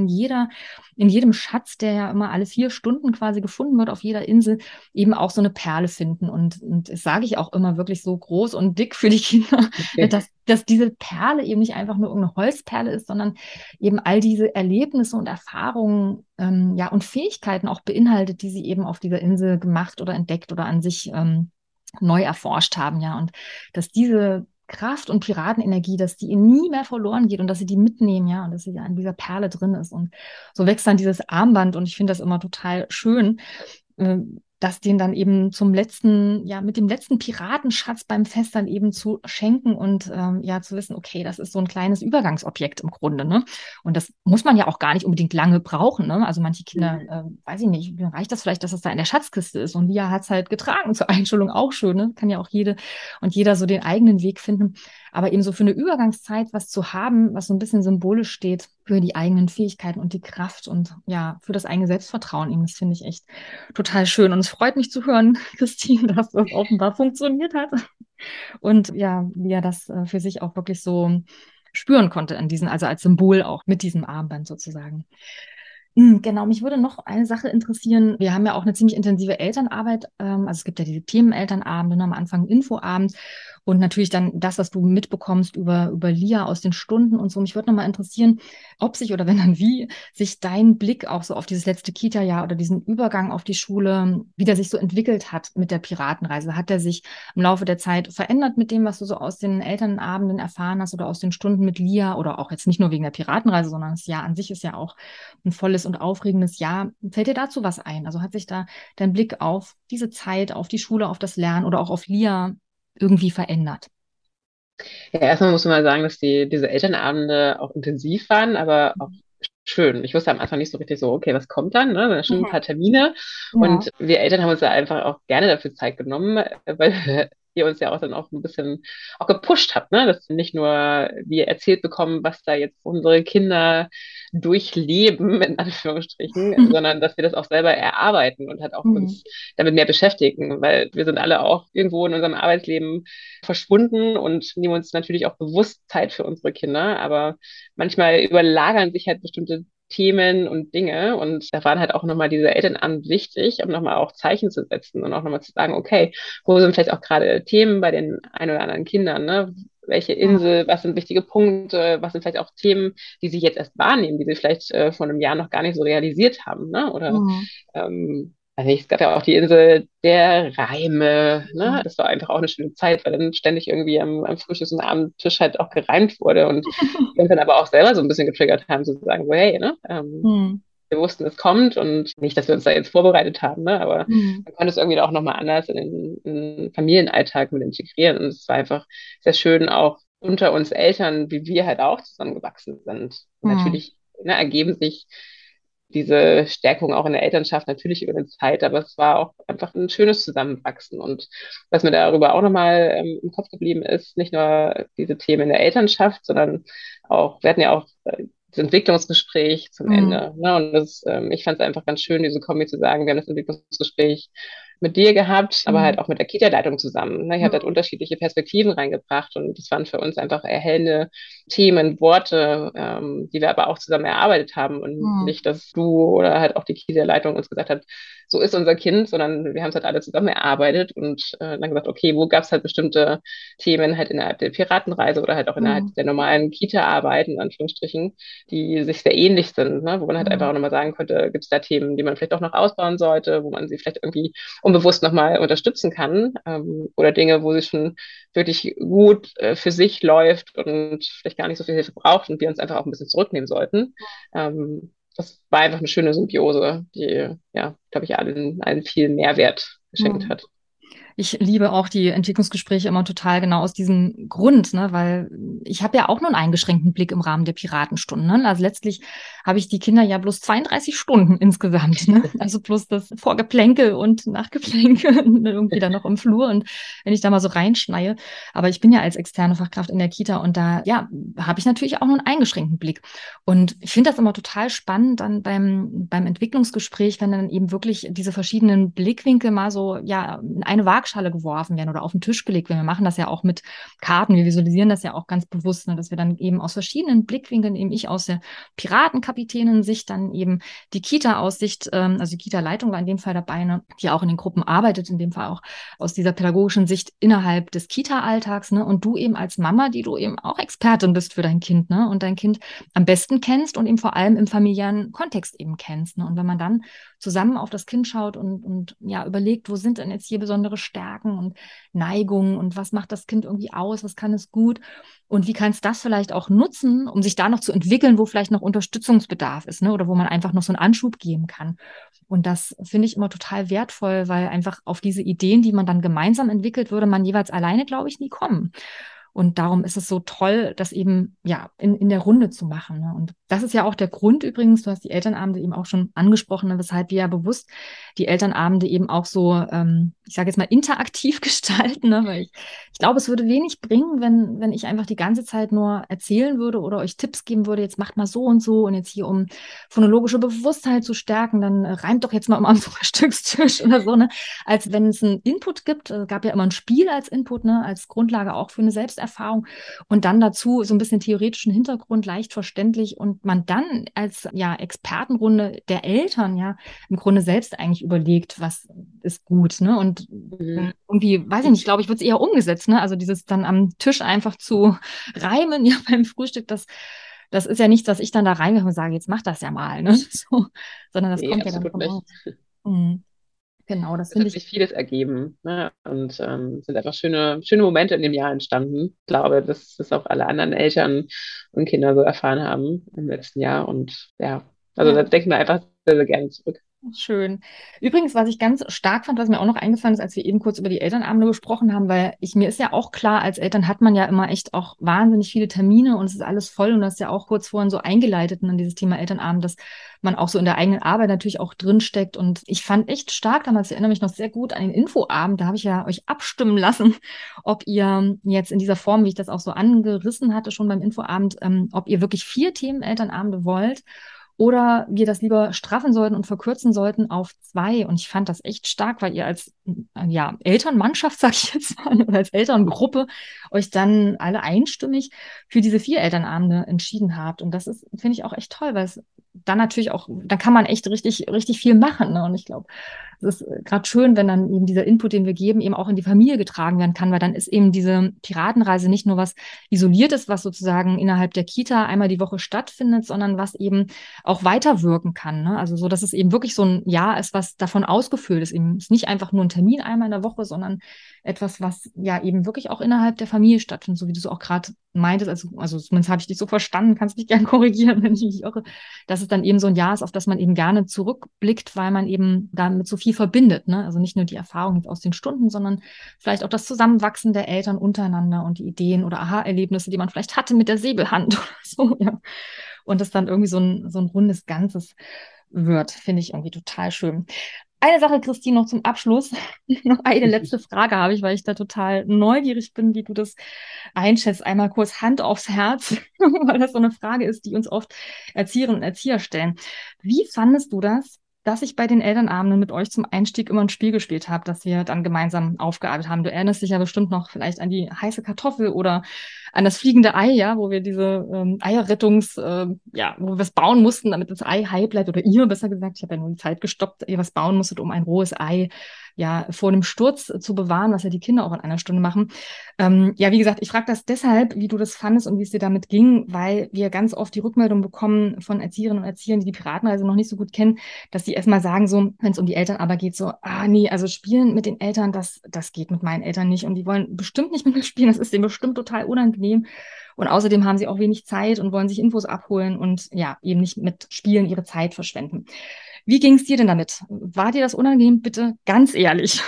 in jedem Schatz, der ja immer alle 4 Stunden quasi gefunden wird auf jeder Insel, eben auch so eine Perle finden. Und das sage ich auch immer wirklich so groß und dick für die Kinder, dass diese Perle eben nicht einfach nur irgendeine Holzperle ist, sondern eben all diese Erlebnisse und Erfahrungen ja, und Fähigkeiten auch beinhaltet, die sie eben auf dieser Insel gemacht oder entdeckt oder an sich neu erforscht haben, ja. Und dass diese Kraft und Piratenenergie, dass die ihnen nie mehr verloren geht und dass sie die mitnehmen, ja, und dass sie ja in dieser Perle drin ist. Und so wächst dann dieses Armband und ich finde das immer total schön, das den dann eben zum letzten, ja, mit dem letzten Piratenschatz beim Fest dann eben zu schenken und ja, zu wissen, okay, das ist so ein kleines Übergangsobjekt im Grunde, ne? Und das muss man ja auch gar nicht unbedingt lange brauchen, ne? Also manche Kinder, weiß ich nicht, mir reicht das vielleicht, dass es da in der Schatzkiste ist und Lia hat es halt getragen zur Einschulung auch schön, ne? Kann ja auch jede und jeder so den eigenen Weg finden. Aber eben so für eine Übergangszeit was zu haben, was so ein bisschen symbolisch steht für die eigenen Fähigkeiten und die Kraft und ja, für das eigene Selbstvertrauen eben, das finde ich echt total schön. Und es freut mich zu hören, Christine, dass das offenbar funktioniert hat. Und ja, wie er das für sich auch wirklich so spüren konnte an diesen, also als Symbol auch mit diesem Armband sozusagen. Genau, mich würde noch eine Sache interessieren. Wir haben ja auch eine ziemlich intensive Elternarbeit. Also es gibt ja diese Themenelternabende, ne, am Anfang einen Infoabend. Und natürlich dann das, was du mitbekommst über Lia aus den Stunden und so. Mich würde nochmal interessieren, ob sich oder wenn dann wie sich dein Blick auch so auf dieses letzte Kita-Jahr oder diesen Übergang auf die Schule, wie der sich so entwickelt hat mit der Piratenreise. Hat der sich im Laufe der Zeit verändert mit dem, was du so aus den Elternabenden erfahren hast oder aus den Stunden mit Lia oder auch jetzt nicht nur wegen der Piratenreise, sondern das Jahr an sich ist ja auch ein volles und aufregendes Jahr. Fällt dir dazu was ein? Also hat sich da dein Blick auf diese Zeit, auf die Schule, auf das Lernen oder auch auf Lia irgendwie verändert? Ja, erstmal muss man mal sagen, dass diese Elternabende auch intensiv waren, aber auch schön. Ich wusste am Anfang nicht so richtig so, okay, was kommt dann? Ne? Da standen ein Mhm. paar Termine Ja. und wir Eltern haben uns da einfach auch gerne dafür Zeit genommen, weil ihr uns ja auch dann auch ein bisschen auch gepusht habt, ne? Dass nicht nur wir erzählt bekommen, was da jetzt unsere Kinder durchleben, in Anführungsstrichen, sondern dass wir das auch selber erarbeiten und halt auch Mhm. uns damit mehr beschäftigen, weil wir sind alle auch irgendwo in unserem Arbeitsleben verschwunden und nehmen uns natürlich auch bewusst Zeit für unsere Kinder, aber manchmal überlagern sich halt bestimmte Themen und Dinge und da waren halt auch nochmal diese Elternabend wichtig, um nochmal auch Zeichen zu setzen und auch nochmal zu sagen, okay, wo sind vielleicht auch gerade Themen bei den ein oder anderen Kindern, ne? Welche Insel, was sind wichtige Punkte, was sind vielleicht auch Themen, die sie jetzt erst wahrnehmen, die sie vielleicht vor einem Jahr noch gar nicht so realisiert haben, ne? Oder Mhm. also es gab ja auch die Insel der Reime, ne? Mhm. Das war einfach auch eine schöne Zeit, weil dann ständig irgendwie am Frühstücks- und Abendtisch halt auch gereimt wurde und wir uns dann aber auch selber so ein bisschen getriggert haben, zu sagen, so, hey, ne? Mhm. Wir wussten, es kommt und nicht, dass wir uns da jetzt vorbereitet haben, ne? Aber Mhm. man konnte es irgendwie auch nochmal anders in den Familienalltag mit integrieren. Und es war einfach sehr schön, auch unter uns Eltern, wie wir halt auch zusammengewachsen sind. Und Mhm. natürlich, ne, ergeben sich diese Stärkung auch in der Elternschaft natürlich über eine Zeit, aber es war auch einfach ein schönes Zusammenwachsen. Und was mir darüber auch nochmal im Kopf geblieben ist, nicht nur diese Themen in der Elternschaft, sondern auch, wir hatten ja auch das Entwicklungsgespräch zum Mhm. Ende. Ne? Und ich fand es einfach ganz schön, diese Kombi zu sagen, wir haben das Entwicklungsgespräch mit dir gehabt, aber halt Mhm. auch mit der Kita-Leitung zusammen. Ne? Ich habe halt Mhm. unterschiedliche Perspektiven reingebracht und das waren für uns einfach erhellende Themen, Worte, die wir aber auch zusammen erarbeitet haben und Mhm. nicht, dass du oder halt auch die Kita-Leitung uns gesagt hat, so ist unser Kind, sondern wir haben es halt alle zusammen erarbeitet und dann gesagt, okay, wo gab es halt bestimmte Themen halt innerhalb der Piratenreise oder halt auch innerhalb Mhm. der normalen Kita-Arbeit, in Anführungsstrichen, die sich sehr ähnlich sind, ne? Wo man halt einfach Mhm. auch nochmal sagen könnte, gibt es da Themen, die man vielleicht auch noch ausbauen sollte, wo man sie vielleicht irgendwie unbewusst nochmal unterstützen kann oder Dinge, wo sie schon wirklich gut für sich läuft und vielleicht gar nicht so viel Hilfe braucht und wir uns einfach auch ein bisschen zurücknehmen sollten. Das war einfach eine schöne Symbiose, die, ja, glaube ich, allen viel Mehrwert geschenkt Mhm. hat. Ich liebe auch die Entwicklungsgespräche immer total genau aus diesem Grund, ne? Weil ich habe ja auch nur einen eingeschränkten Blick im Rahmen der Piratenstunden. Ne? Also letztlich habe ich die Kinder ja bloß 32 Stunden insgesamt. Ne? Also bloß das Vorgeplänkel und Nachgeplänkel und irgendwie dann noch im Flur und wenn ich da mal so reinschneie. Aber ich bin ja als externe Fachkraft in der Kita und da, ja, habe ich natürlich auch nur einen eingeschränkten Blick. Und ich finde das immer total spannend dann beim Entwicklungsgespräch, wenn dann eben wirklich diese verschiedenen Blickwinkel mal so, ja, in eine Waagschale geworfen werden oder auf den Tisch gelegt werden. Wir machen das ja auch mit Karten. Wir visualisieren das ja auch ganz bewusst, ne, dass wir dann eben aus verschiedenen Blickwinkeln, eben ich aus der Piratenkapitänin-Sicht, dann eben die Kita-Aussicht, also die Kita-Leitung war in dem Fall dabei, ne, die auch in den Gruppen arbeitet, in dem Fall auch aus dieser pädagogischen Sicht innerhalb des Kita-Alltags, ne, und du eben als Mama, die du eben auch Expertin bist für dein Kind, ne, und dein Kind am besten kennst und eben vor allem im familiären Kontext eben kennst, ne, und wenn man dann zusammen auf das Kind schaut und ja überlegt, wo sind denn jetzt hier besondere Stärken und Neigungen und was macht das Kind irgendwie aus, was kann es gut und wie kann es das vielleicht auch nutzen, um sich da noch zu entwickeln, wo vielleicht noch Unterstützungsbedarf ist, ne? Oder wo man einfach noch so einen Anschub geben kann. Und das finde ich immer total wertvoll, weil einfach auf diese Ideen, die man dann gemeinsam entwickelt, würde man jeweils alleine, glaube ich, nie kommen. Und darum ist es so toll, das eben ja in der Runde zu machen. Ne? Und das ist ja auch der Grund übrigens, du hast die Elternabende eben auch schon angesprochen, ne, weshalb wir ja bewusst die Elternabende eben auch so, ich sage jetzt mal, interaktiv gestalten. Ne? Weil ich glaube, es würde wenig bringen, wenn ich einfach die ganze Zeit nur erzählen würde oder euch Tipps geben würde, jetzt macht mal so und jetzt hier, um phonologische Bewusstheit zu stärken, dann reimt doch jetzt mal am Frühstückstisch oder so, ne? Als wenn es einen Input gibt, gab ja immer ein Spiel als Input, ne? Als Grundlage auch für eine Selbsterfahrung und dann dazu so ein bisschen theoretischen Hintergrund, leicht verständlich und man dann als ja Expertenrunde der Eltern ja im Grunde selbst eigentlich überlegt, was ist gut, ne? Und Mhm. irgendwie, weiß ich nicht, glaube ich, wird es eher umgesetzt, ne? Also dieses dann am Tisch einfach zu reimen, ja, beim Frühstück, das ist ja nichts, was ich dann da reinmache und sage, jetzt mach das ja mal, ne? So, sondern das Nee, kommt ja dann absolut von nicht. euch. Mhm. Genau, das Es finde hat ich sich vieles ergeben, ne? Und es sind einfach schöne Momente in dem Jahr entstanden. Ich glaube, dass das auch alle anderen Eltern und Kinder so erfahren haben im letzten Jahr. Und ja, also ja da denken wir einfach sehr, sehr gerne zurück. schön. Übrigens, was ich ganz stark fand, was mir auch noch eingefallen ist, als wir eben kurz über die Elternabende gesprochen haben, weil mir ist ja auch klar, als Eltern hat man ja immer echt auch wahnsinnig viele Termine und es ist alles voll und das ist ja auch kurz vorhin so eingeleitet in dieses Thema Elternabend, dass man auch so in der eigenen Arbeit natürlich auch drinsteckt und ich fand echt stark damals, ich erinnere mich noch sehr gut an den Infoabend, da habe ich ja euch abstimmen lassen, ob ihr jetzt in dieser Form, wie ich das auch so angerissen hatte, schon beim Infoabend, ob ihr wirklich 4 Themen Elternabende wollt oder wir das lieber straffen sollten und verkürzen sollten auf 2. Und ich fand das echt stark, weil ihr als ja, Elternmannschaft, sag ich jetzt mal, oder als Elterngruppe euch dann alle einstimmig für diese 4 Elternabende entschieden habt. Und das ist, finde ich, auch echt toll, weil es dann natürlich auch, da kann man echt richtig, richtig viel machen. Ne? Und ich glaube, es ist gerade schön, wenn dann eben dieser Input, den wir geben, eben auch in die Familie getragen werden kann, weil dann ist eben diese Piratenreise nicht nur was Isoliertes, was sozusagen innerhalb der Kita einmal die Woche stattfindet, sondern was eben auch weiterwirken kann. Ne? Also so, dass es eben wirklich so ein Jahr ist, was davon ausgefüllt ist. Eben ist nicht einfach nur ein Termin einmal in der Woche, sondern etwas, was ja eben wirklich auch innerhalb der Familie stattfindet, so wie du es auch gerade meintest. Also zumindest habe ich dich so verstanden, kannst mich gerne korrigieren, wenn ich mich irre, dass es dann eben so ein Jahr ist, auf das man eben gerne zurückblickt, weil man eben damit so viel verbindet. Ne? Also nicht nur die Erfahrung jetzt aus den Stunden, sondern vielleicht auch das Zusammenwachsen der Eltern untereinander und die Ideen oder Aha-Erlebnisse, die man vielleicht hatte mit der Säbelhand oder so. Ja. Und das dann irgendwie so ein rundes Ganzes wird, finde ich irgendwie total schön. Eine Sache, Christine, noch zum Abschluss. Noch eine letzte Frage habe ich, weil ich da total neugierig bin, wie du das einschätzt. Einmal kurz Hand aufs Herz, weil das so eine Frage ist, die uns oft Erzieherinnen und Erzieher stellen. Wie fandest du das, dass ich bei den Elternabenden mit euch zum Einstieg immer ein Spiel gespielt habe, das wir dann gemeinsam aufgearbeitet haben? Du erinnerst dich ja bestimmt noch vielleicht an die heiße Kartoffel oder an das fliegende Ei, ja, wo wir diese ja, wo wir es bauen mussten, damit das Ei heil bleibt, oder ihr, besser gesagt, ich habe ja nur die Zeit gestoppt, ihr was bauen musstet, um ein rohes Ei ja vor einem Sturz zu bewahren, was ja die Kinder auch in einer Stunde machen. Ja, wie gesagt, ich frage das deshalb, wie du das fandest und wie es dir damit ging, weil wir ganz oft die Rückmeldung bekommen von Erzieherinnen und Erziehern, die die Piratenreise noch nicht so gut kennen, dass sie erstmal sagen, so, wenn es um die Elternarbeit geht, so, ah nee, also spielen mit den Eltern, das geht mit meinen Eltern nicht und die wollen bestimmt nicht mit mir spielen, das ist denen bestimmt total unangenehm. Und außerdem haben sie auch wenig Zeit und wollen sich Infos abholen und ja, eben nicht mit Spielen ihre Zeit verschwenden. Wie ging es dir denn damit? War dir das unangenehm? Bitte ganz ehrlich.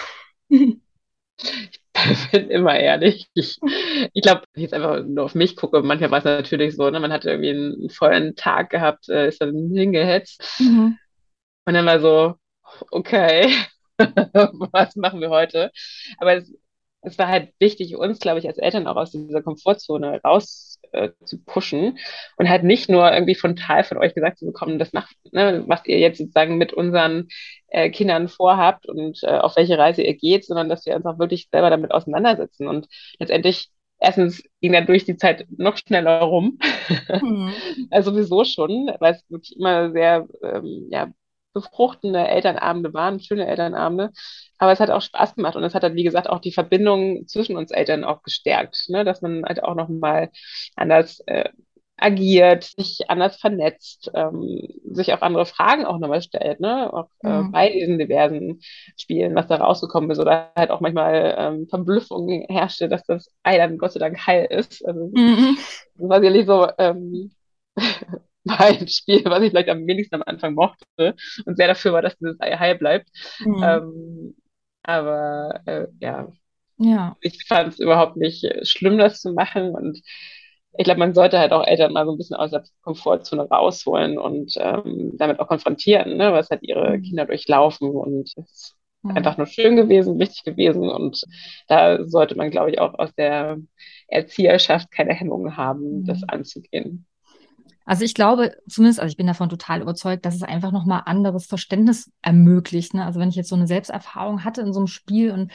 Ich bin immer ehrlich. Ich glaube, wenn ich jetzt einfach nur auf mich gucke, manchmal war es natürlich so, ne? Man hatte irgendwie einen vollen Tag gehabt, ist dann hingehetzt Mhm. und dann war so, okay, was machen wir heute? Aber es war halt wichtig, uns, glaube ich, als Eltern auch aus dieser Komfortzone raus zu pushen und halt nicht nur irgendwie frontal von euch gesagt zu bekommen, das macht, ne, was ihr jetzt sozusagen mit unseren Kindern vorhabt und auf welche Reise ihr geht, sondern dass wir uns auch wirklich selber damit auseinandersetzen. Und letztendlich, erstens ging dadurch die Zeit noch schneller rum. Mhm. Also sowieso schon, weil es wirklich immer sehr ja, befruchtende Elternabende waren, schöne Elternabende. Aber es hat auch Spaß gemacht und es hat dann, wie gesagt, auch die Verbindung zwischen uns Eltern auch gestärkt, ne? Dass man halt auch nochmal anders agiert, sich anders vernetzt, sich auch andere Fragen auch nochmal stellt, ne? Auch Mhm. bei diesen diversen Spielen, was da rausgekommen ist, oder halt auch manchmal Verblüffung herrschte, dass das Ei dann Gott sei Dank heil ist. Also Mhm. das war sicherlich so war ein Spiel, was ich vielleicht am wenigsten am Anfang mochte und sehr dafür war, dass dieses Ei heil bleibt. Mhm. Ähm, aber ja, Ja. ich fand es überhaupt nicht schlimm, das zu machen. Und ich glaube, man sollte halt auch Eltern mal so ein bisschen aus der Komfortzone rausholen und damit auch konfrontieren, ne, was halt ihre Mhm. Kinder durchlaufen. Und es ist Mhm. einfach nur schön gewesen, wichtig gewesen. Und da sollte man, glaube ich, auch aus der Erzieherschaft keine Hemmungen haben, das Mhm. anzugehen. Also ich glaube, zumindest, also ich bin davon total überzeugt, dass es einfach nochmal anderes Verständnis ermöglicht. Ne? Also wenn ich jetzt so eine Selbsterfahrung hatte in so einem Spiel und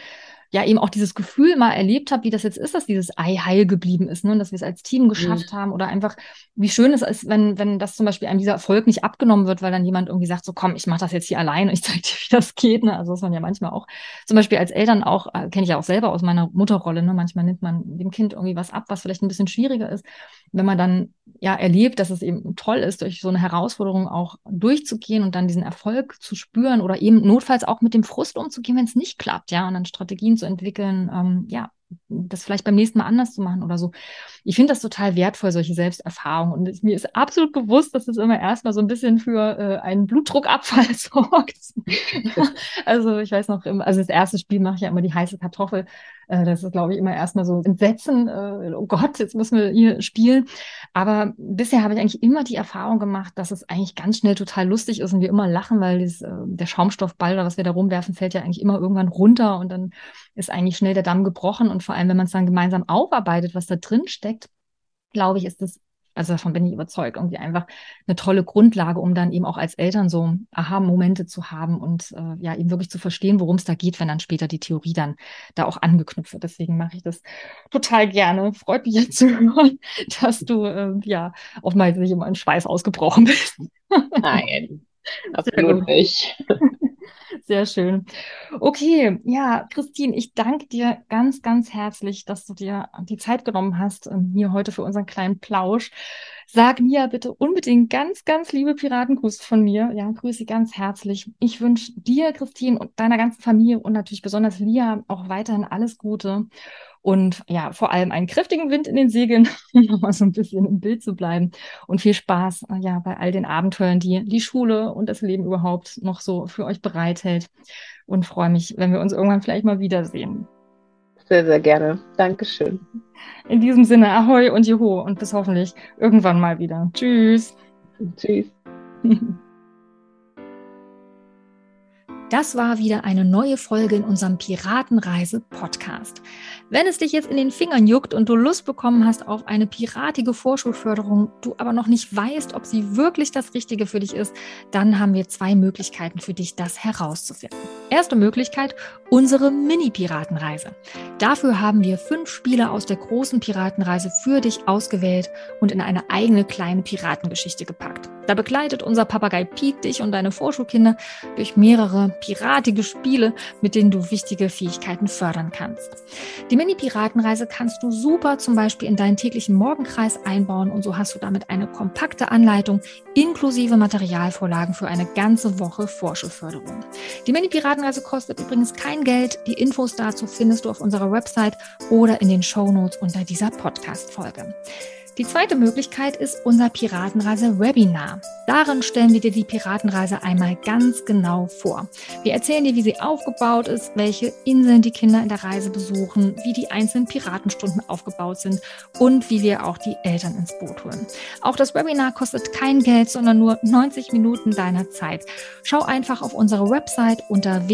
ja eben auch dieses Gefühl mal erlebt habe, wie das jetzt ist, dass dieses Ei heil geblieben ist, ne? Und dass wir es als Team geschafft haben oder einfach, wie schön es ist, wenn das zum Beispiel einem dieser Erfolg nicht abgenommen wird, weil dann jemand irgendwie sagt, so komm, ich mache das jetzt hier allein und ich zeige dir, wie das geht, ne? Also das man ja manchmal auch, zum Beispiel als Eltern auch, kenne ich ja auch selber aus meiner Mutterrolle, ne? Manchmal nimmt man dem Kind irgendwie was ab, was vielleicht ein bisschen schwieriger ist. Wenn man dann ja erlebt, dass es eben toll ist, durch so eine Herausforderung auch durchzugehen und dann diesen Erfolg zu spüren oder eben notfalls auch mit dem Frust umzugehen, wenn es nicht klappt, ja, und dann Strategien zu entwickeln, ja, das vielleicht beim nächsten Mal anders zu machen oder so. Ich finde das total wertvoll, solche Selbsterfahrungen. Und mir ist absolut bewusst, dass es immer erstmal so ein bisschen für einen Blutdruckabfall sorgt. Also ich weiß noch, also das erste Spiel mache ich ja immer die heiße Kartoffel. Das ist, glaube ich, immer erstmal so Entsetzen. Oh Gott, jetzt müssen wir hier spielen. Aber bisher habe ich eigentlich immer die Erfahrung gemacht, dass es eigentlich ganz schnell total lustig ist und wir immer lachen, weil der Schaumstoffball oder was wir da rumwerfen, fällt ja eigentlich immer irgendwann runter und dann ist eigentlich schnell der Damm gebrochen. Und vor allem, wenn man es dann gemeinsam aufarbeitet, was da drin steckt, glaube ich, ist das, also davon bin ich überzeugt, irgendwie einfach eine tolle Grundlage, um dann eben auch als Eltern so Aha-Momente zu haben und ja, eben wirklich zu verstehen, worum es da geht, wenn dann später die Theorie dann da auch angeknüpft wird. Deswegen mache ich das total gerne. Freut mich jetzt zu hören, dass du ja auch mal nicht immer in Schweiß ausgebrochen bist. Nein, Sehr gut. absolut nicht. Sehr schön. Okay, ja, Christine, ich danke dir ganz, ganz herzlich, dass du dir die Zeit genommen hast, hier heute für unseren kleinen Plausch. Sag Nia bitte unbedingt ganz, ganz liebe Piratengruß von mir. Ja, grüße ganz herzlich. Ich wünsche dir, Christine, und deiner ganzen Familie und natürlich besonders Lia auch weiterhin alles Gute. Und ja, vor allem einen kräftigen Wind in den Segeln, um nochmal so ein bisschen im Bild zu bleiben. Und viel Spaß, ja, bei all den Abenteuern, die die Schule und das Leben überhaupt noch so für euch bereithält. Und freue mich, wenn wir uns irgendwann vielleicht mal wiedersehen. Sehr, sehr gerne. Dankeschön. In diesem Sinne, Ahoi und Juhu und bis hoffentlich irgendwann mal wieder. Tschüss. Tschüss. Das war wieder eine neue Folge in unserem Piratenreise-Podcast. Wenn es dich jetzt in den Fingern juckt und du Lust bekommen hast auf eine piratige Vorschulförderung, du aber noch nicht weißt, ob sie wirklich das Richtige für dich ist, dann haben wir 2 Möglichkeiten für dich, das herauszufinden. Erste Möglichkeit, unsere Mini-Piratenreise. Dafür haben wir 5 Spiele aus der großen Piratenreise für dich ausgewählt und in eine eigene kleine Piratengeschichte gepackt. Da begleitet unser Papagei Pete dich und deine Vorschulkinder durch mehrere piratige Spiele, mit denen du wichtige Fähigkeiten fördern kannst. Die Mini-Piratenreise kannst du super zum Beispiel in deinen täglichen Morgenkreis einbauen und so hast du damit eine kompakte Anleitung inklusive Materialvorlagen für eine ganze Woche Vorschulförderung. Die Mini-Piratenreise kostet übrigens kein Geld. Die Infos dazu findest du auf unserer Website oder in den Shownotes unter dieser Podcast-Folge. Die zweite Möglichkeit ist unser Piratenreise-Webinar. Darin stellen wir dir die Piratenreise einmal ganz genau vor. Wir erzählen dir, wie sie aufgebaut ist, welche Inseln die Kinder in der Reise besuchen, wie die einzelnen Piratenstunden aufgebaut sind und wie wir auch die Eltern ins Boot holen. Auch das Webinar kostet kein Geld, sondern nur 90 Minuten deiner Zeit. Schau einfach auf unsere Website unter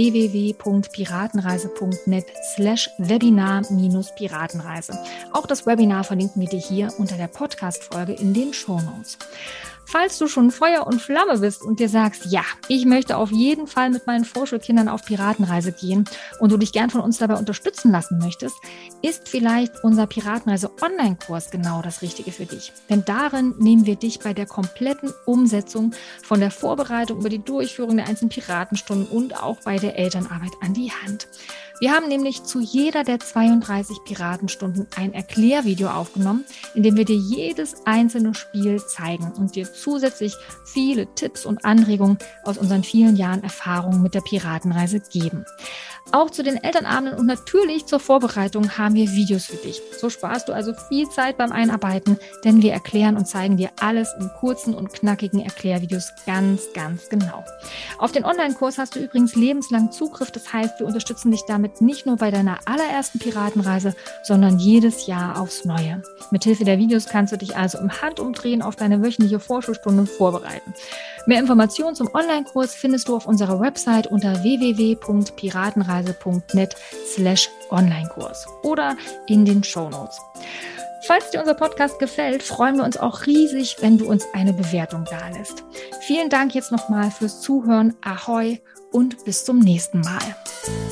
www.piratenreise.net/webinar-piratenreise. Auch das Webinar verlinken wir dir hier unter der Podcast-Folge in den Shownotes. Falls du schon Feuer und Flamme bist und dir sagst, ja, ich möchte auf jeden Fall mit meinen Vorschulkindern auf Piratenreise gehen und du dich gern von uns dabei unterstützen lassen möchtest, ist vielleicht unser Piratenreise-Online-Kurs genau das Richtige für dich. Denn darin nehmen wir dich bei der kompletten Umsetzung von der Vorbereitung über die Durchführung der einzelnen Piratenstunden und auch bei der Elternarbeit an die Hand. Wir haben nämlich zu jeder der 32 Piratenstunden ein Erklärvideo aufgenommen, in dem wir dir jedes einzelne Spiel zeigen und dir zusätzlich viele Tipps und Anregungen aus unseren vielen Jahren Erfahrung mit der Piratenreise geben. Auch zu den Elternabenden und natürlich zur Vorbereitung haben wir Videos für dich. So sparst du also viel Zeit beim Einarbeiten, denn wir erklären und zeigen dir alles in kurzen und knackigen Erklärvideos ganz, ganz genau. Auf den Online-Kurs hast du übrigens lebenslang Zugriff. Das heißt, wir unterstützen dich damit nicht nur bei deiner allerersten Piratenreise, sondern jedes Jahr aufs Neue. Mithilfe der Videos kannst du dich also im Handumdrehen auf deine wöchentliche Vorschulstunde vorbereiten. Mehr Informationen zum Online-Kurs findest du auf unserer Website unter www.piratenreise.net/Onlinekurs oder in den Shownotes. Falls dir unser Podcast gefällt, freuen wir uns auch riesig, wenn du uns eine Bewertung dalässt. Vielen Dank jetzt nochmal fürs Zuhören. Ahoi und bis zum nächsten Mal.